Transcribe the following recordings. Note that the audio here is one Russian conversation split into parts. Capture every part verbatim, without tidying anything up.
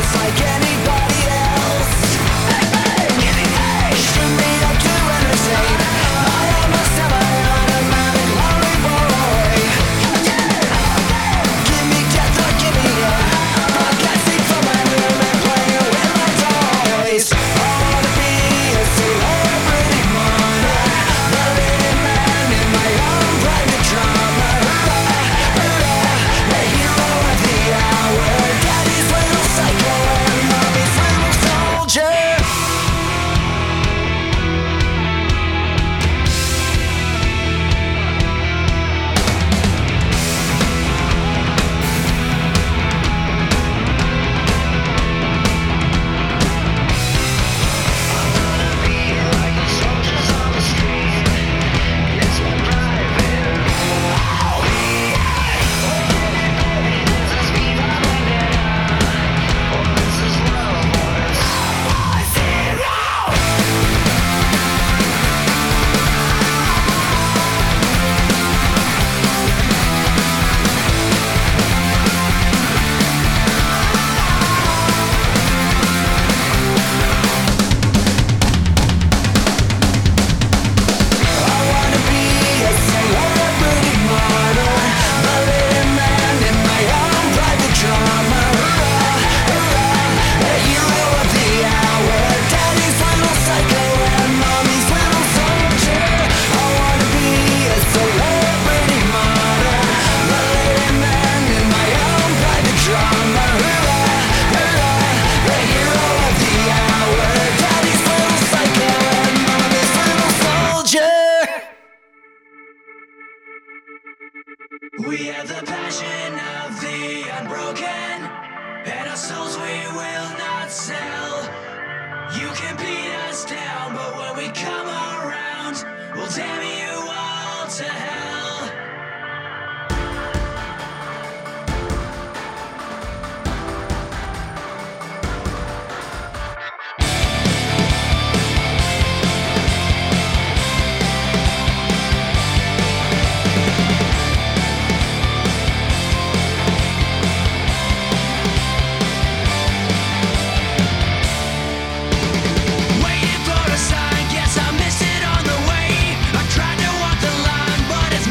We have the passion of the unbroken, and our souls we will not sell. You can beat us down, but when we come around, we'll damn you all to hell. Waiting for a sign, guess I missed it on the way. I tried to walk the line, but it's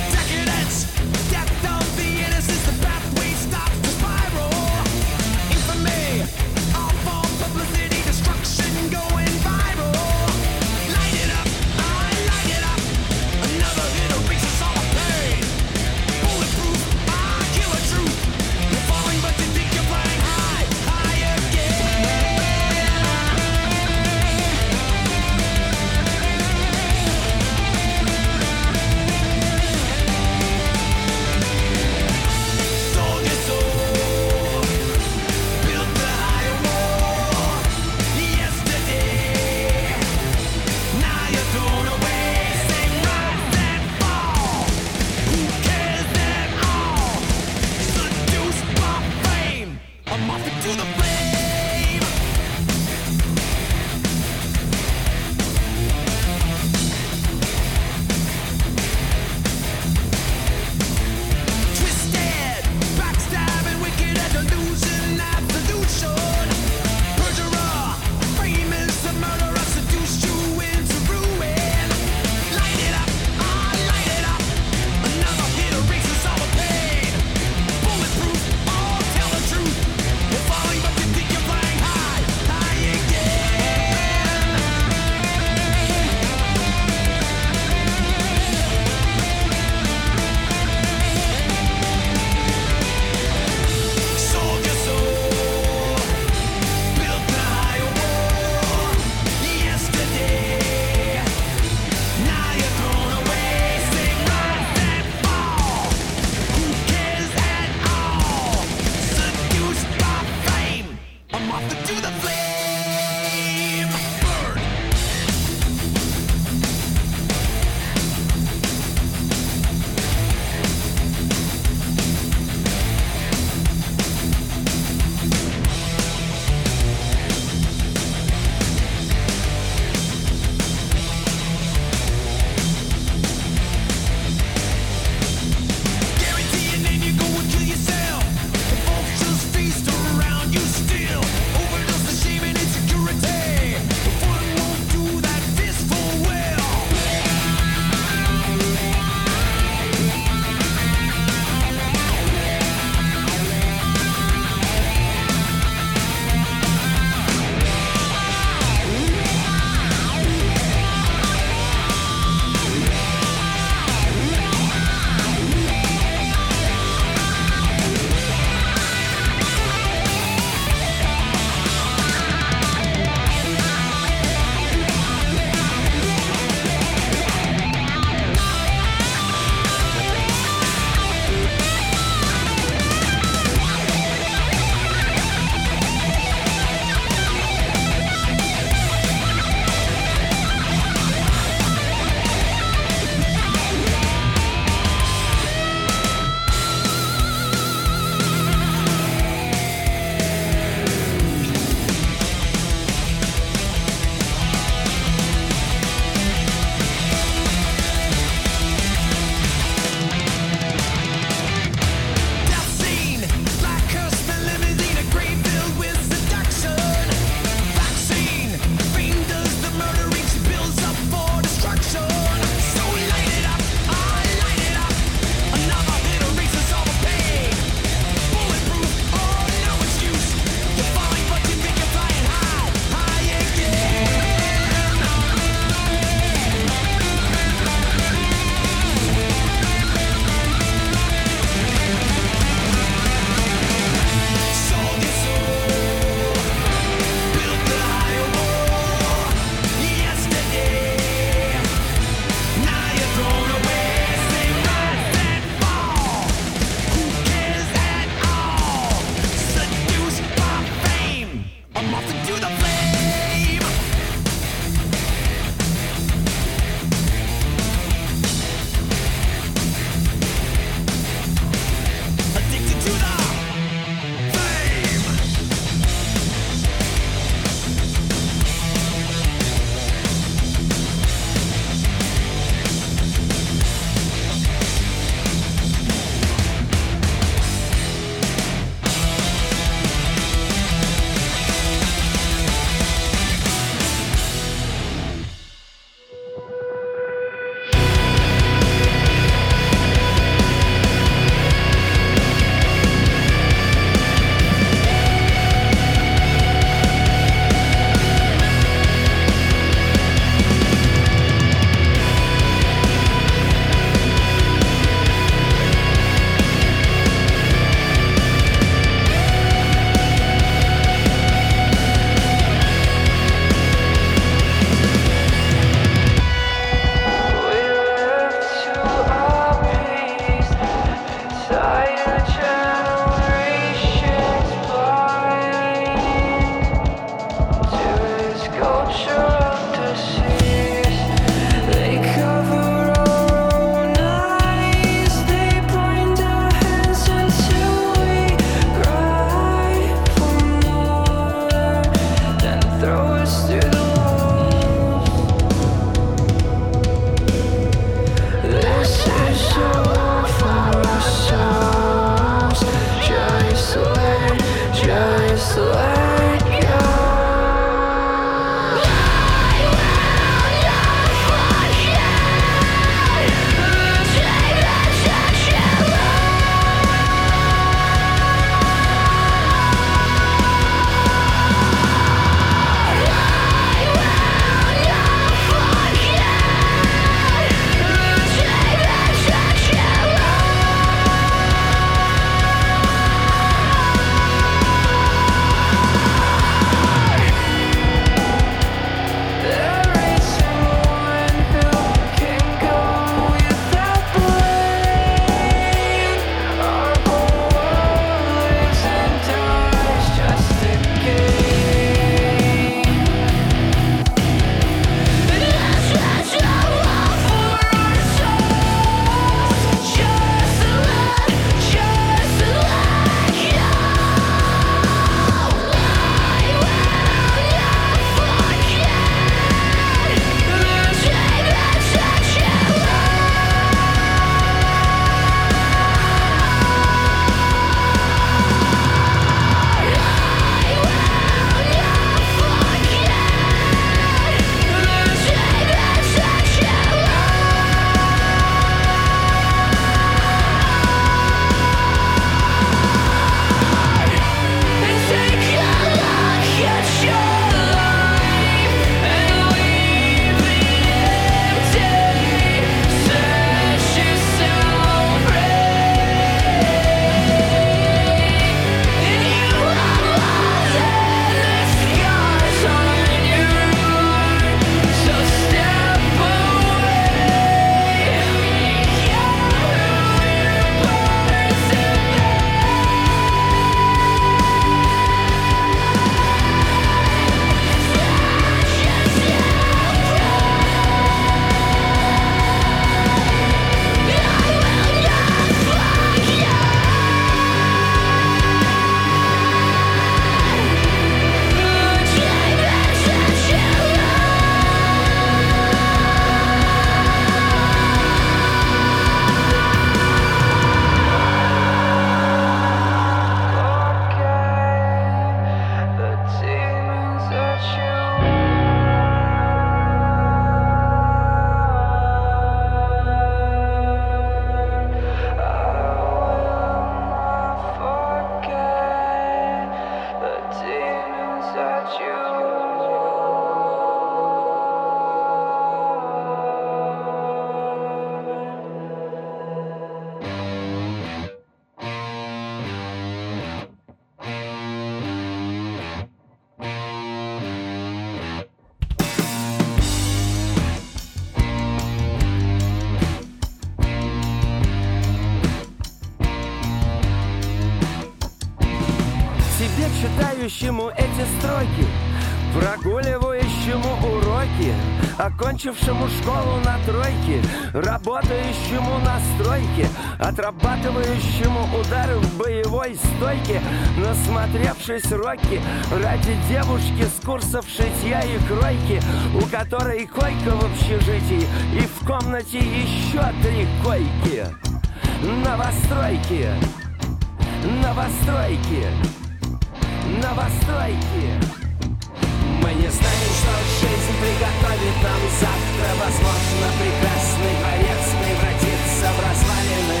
понимающему эти строки, прогуливающему уроки, окончившему школу на тройке, работающему на стройке, отрабатывающему удары в боевой стойке, насмотревшись роки ради девушки с курсов шитья и кройки, у которой койка в общежитии и в комнате еще три койки. Новостройки, новостройки, новостройки. Мы не знаем, что жизнь приготовит нам завтра. Возможно, прекрасный дворец превратится в развалины.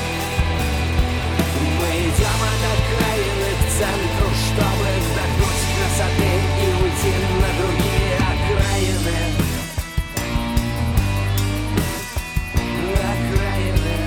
Мы идем от окраины к центру, чтобы вдохнуть красоты и уйти на другие окраины. Окраины.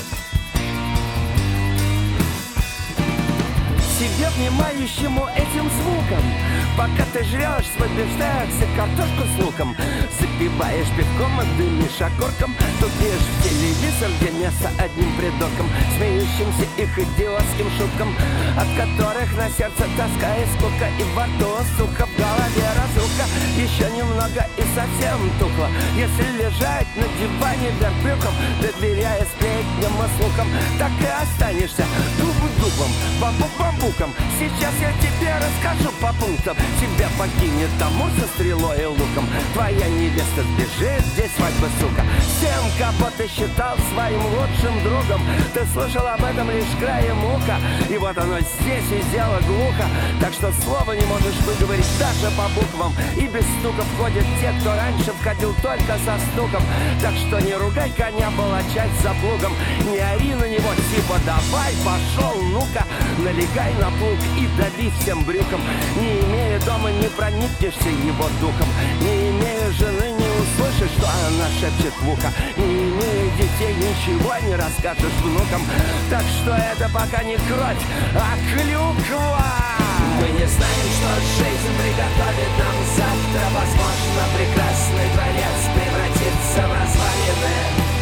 Себе внимающему этим звуком, пока ты жрешь свой бифштекс и картошку с луком, запиваешь пивком и дымишь окурком, тупишь в телевизор, где место одним придуркам, смеющимся их идиотским шуткам, от которых на сердце тоска и скука, и во рту сухо, в голове разруха, еще немного и совсем тухло. Если лежать на диване вверх брюхом, доверяя сплетням и слухам, так и останешься дубу-дубом, бамбук-бамбуком. Сейчас я тебе расскажу по пунктам. Тебя покинет Амур со стрелой и луком. Твоя невеста сбежит, здесь свадьба, сука. Всем, кого ты считал своим лучшим другом, ты слышал об этом лишь краем уха. И вот оно здесь, и дело глухо. Так что слова не можешь выговорить даже по буквам. И без стука входят те, кто раньше входил только со стуком. Так что не ругай коня, волочать за плугом. Не ори на него, типа давай, пошел, ну-ка. Налегай на плуг и дави всем брюком. Не имея дома, не проникнешься его духом. Не имея жены, не услышишь, что она шепчет в ухо. Не имея детей, ничего не расскажешь внукам. Так что это пока не кровь, а клюква. Мы не знаем, что жизнь приготовит нам завтра. Возможно, прекрасный дворец превратится в развалины.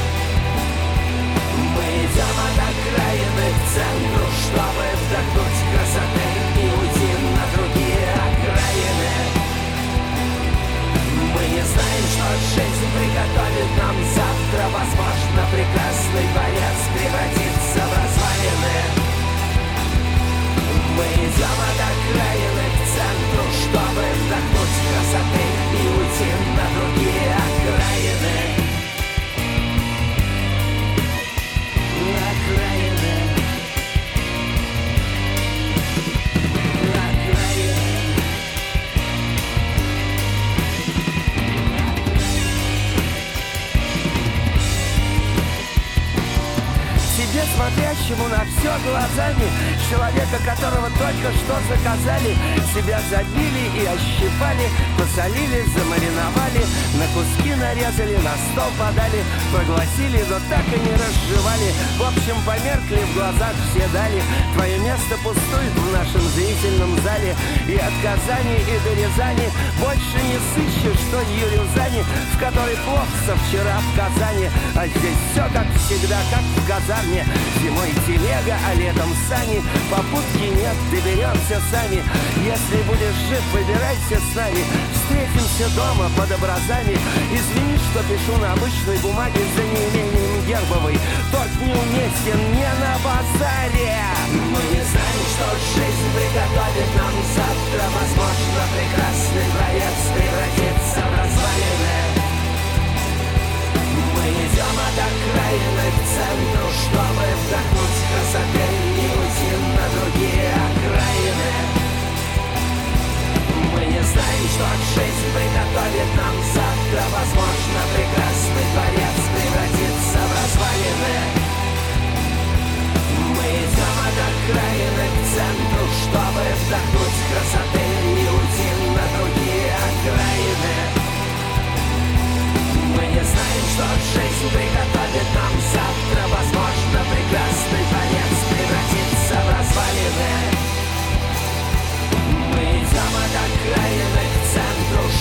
Мы идем от окраины к центру, чтобы вдохнуть красоты и уйти на другие окраины. Мы не знаем, что жизнь приготовит нам завтра. Возможно, прекрасный дворец превратится в развалины. Мы идем от окраины к центру, чтобы вдохнуть красоты и уйти на другие окраины. Окраины. Тебе, смотрящему на все глазами, человека, которого только что заказали, себя забили и ощипали, посолили, замариновали, на куски нарезали, на стол подали, проглотили, но так и не разжевали. В общем, померкли, в глазах все дали. Твое место пустует в нашем зрительном зале, и от Казани и до Рязани больше не сыщешь той Юрюзани, в которой плохо со вчера в Казани. А здесь все как всегда, как в казарме. Зимой телега, а летом сани. Попутки нет, доберемся сами. Если будешь жив, выбирайся с нами. Встретимся дома под образами. Извини, что пишу на обычной бумаге за неимением гербовой. Торт неуместен не на базаре. Мы не знаем, что жизнь приготовит нам завтра. Возможно, прекрасный дворец превратится в развалины. Мы идем от окраины к центру, чтобы вдохнуть красоты и уйти на другие окраины. Мы не знаем, что жизнь приготовит нам завтра. Возможно, прекрасный дворец превратится в развалины. Мы идем от окраины к центру, чтобы вдохнуть красоты и уйти на другие окраины. Мы не знаем, что жизнь приготовит нам завтра. Возможно, прекрасный дворец превратится в развалины. Мы идем от окраины к центру,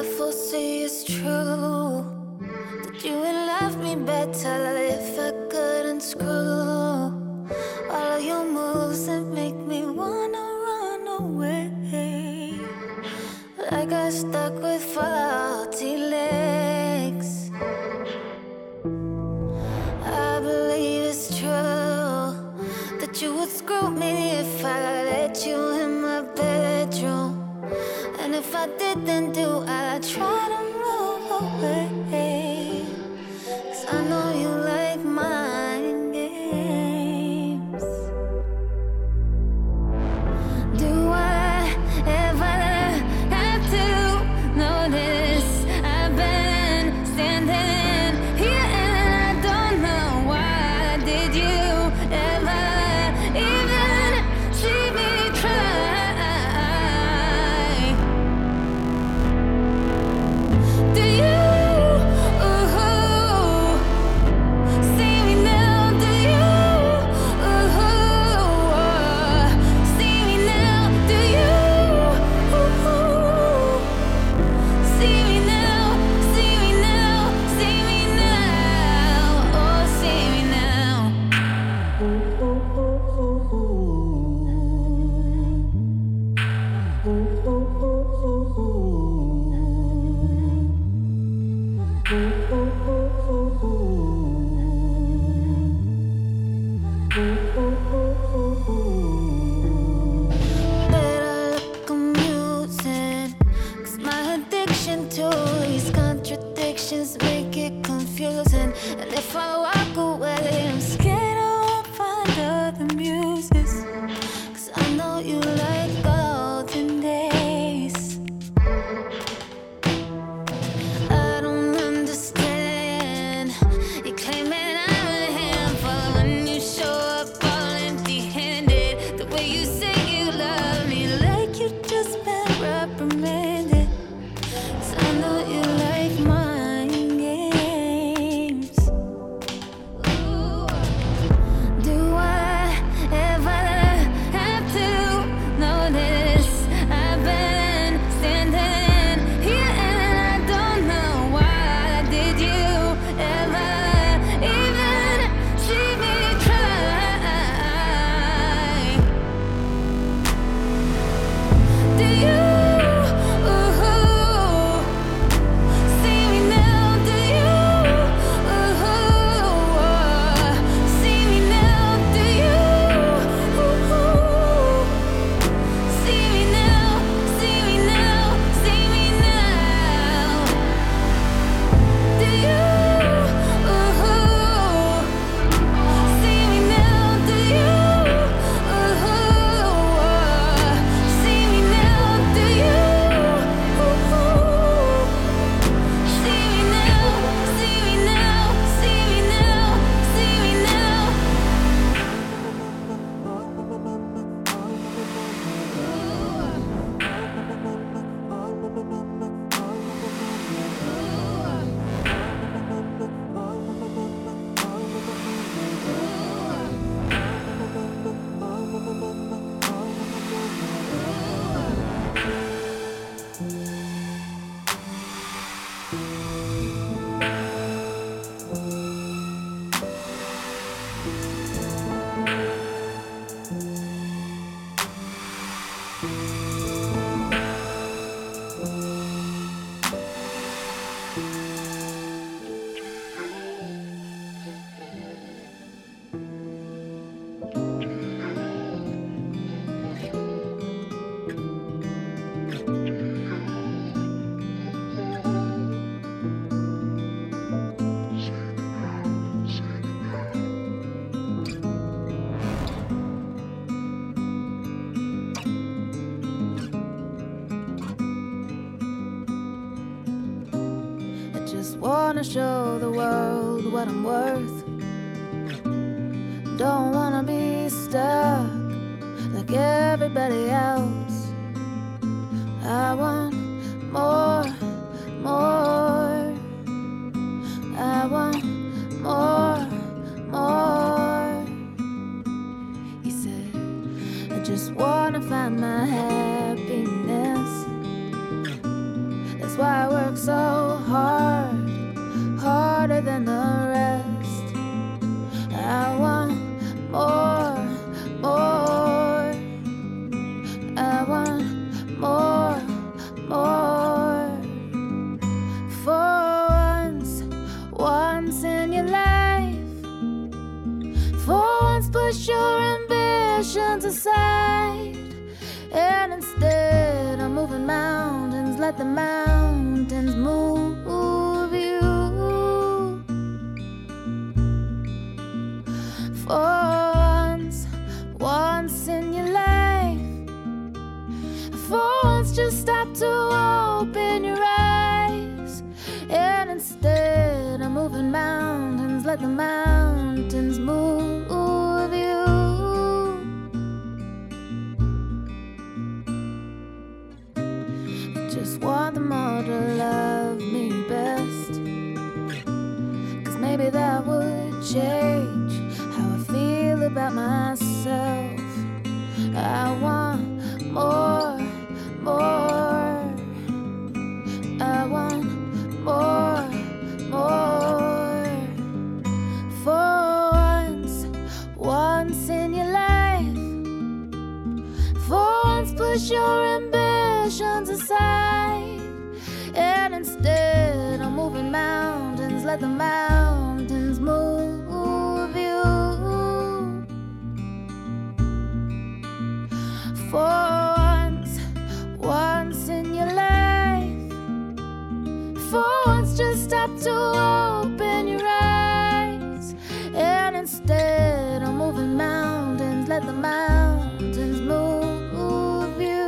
I foresee is true, that you would love me better if I couldn't screw all of your moves and make me wanna run away, like I stuck with faulty legs. I believe it's true that you would screw me if I let you in my bedroom. And if I didn't do, I'd try to move away, 'cause I know you like mind games. Do I ever have to notice I've been standing here and I don't know why? Did you ever even see me try? Do you ooh, see me now? Do you ooh, see me now? Do you ooh, see me now? See me now? See me now? Oh, see me now. Better look amusing, 'cause my addiction to these contradictions make it confusing. And if I walk away, I'm scared I won't find other muses, 'cause I know you like golden days. I don't understand. You claiming I'm a handful when you show up all empty-handed. The way you say you love me, like you just been reprimanded. 'Cause I know you like mind games. Ooh. Do I ever have to notice I've been standing here and I don't know why? Did you ever even see me try? Do you ooh, see me now? Do you ooh, see me now? Do you ooh, see me now? See me now? See me now? Do you ooh, see me now? Do you ooh, see me now? Do you see me now? See me now? See me now? See me now? I just wanna show the world what I'm worth. Don't wanna be stuck like everybody else. I want more, more. I want more, more. He said, I just wanna find my happiness. That's why I work so hard, harder than the rest. I want more, more. I want more, more. For once, once in your life, for once push your ambitions aside, and instead of moving mountains, let the mountains move you. For once, once in your life, for once just stop to open your eyes, and instead of moving mountains, let the mountains move you. I just want them all to love me best, 'cause maybe that would change how I feel about myself. I want more, more. I want more, more. For once, once in your life, for once push your ambitions aside, and instead of moving mountains, let the mountains move you. For once, once in your life, for once just stop to open your eyes, and instead of moving mountains, let the mountains move you.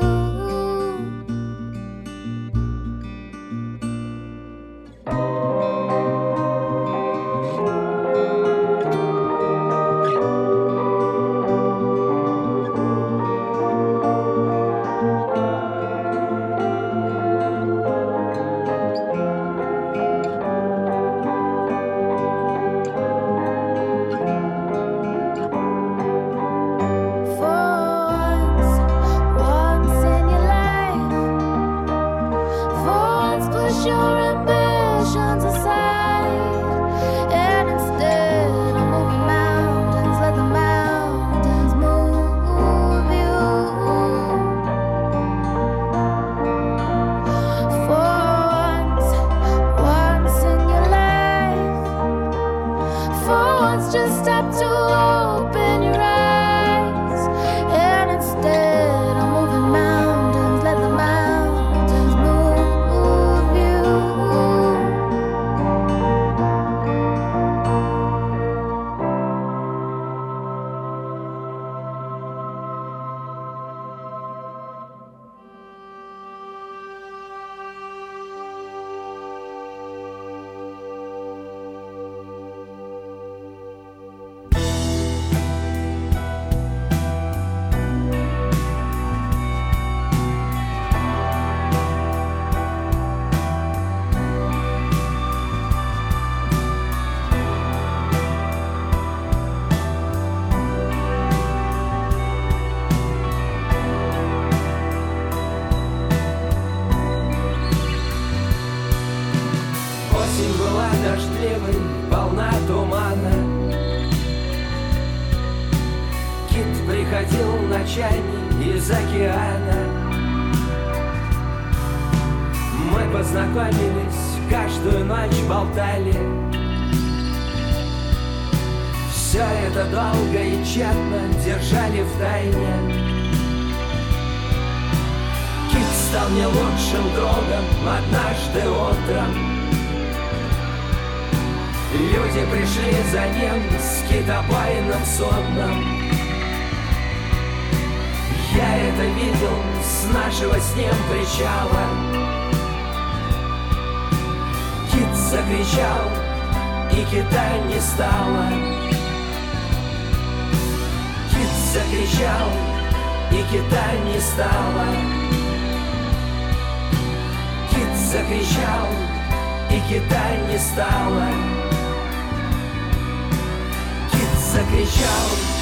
Полна тумана. Кит приходил ночами из океана. Мы познакомились, каждую ночь болтали. Все это долго и тщетно держали в тайне. Кит стал мне лучшим другом однажды утром. Люди пришли за ним с китобойным судном. Я это видел с нашего с ним причала. Кит закричал, и кита не стало. Кит закричал, и кита не стало. Кит закричал, и кита не стало. Закричал,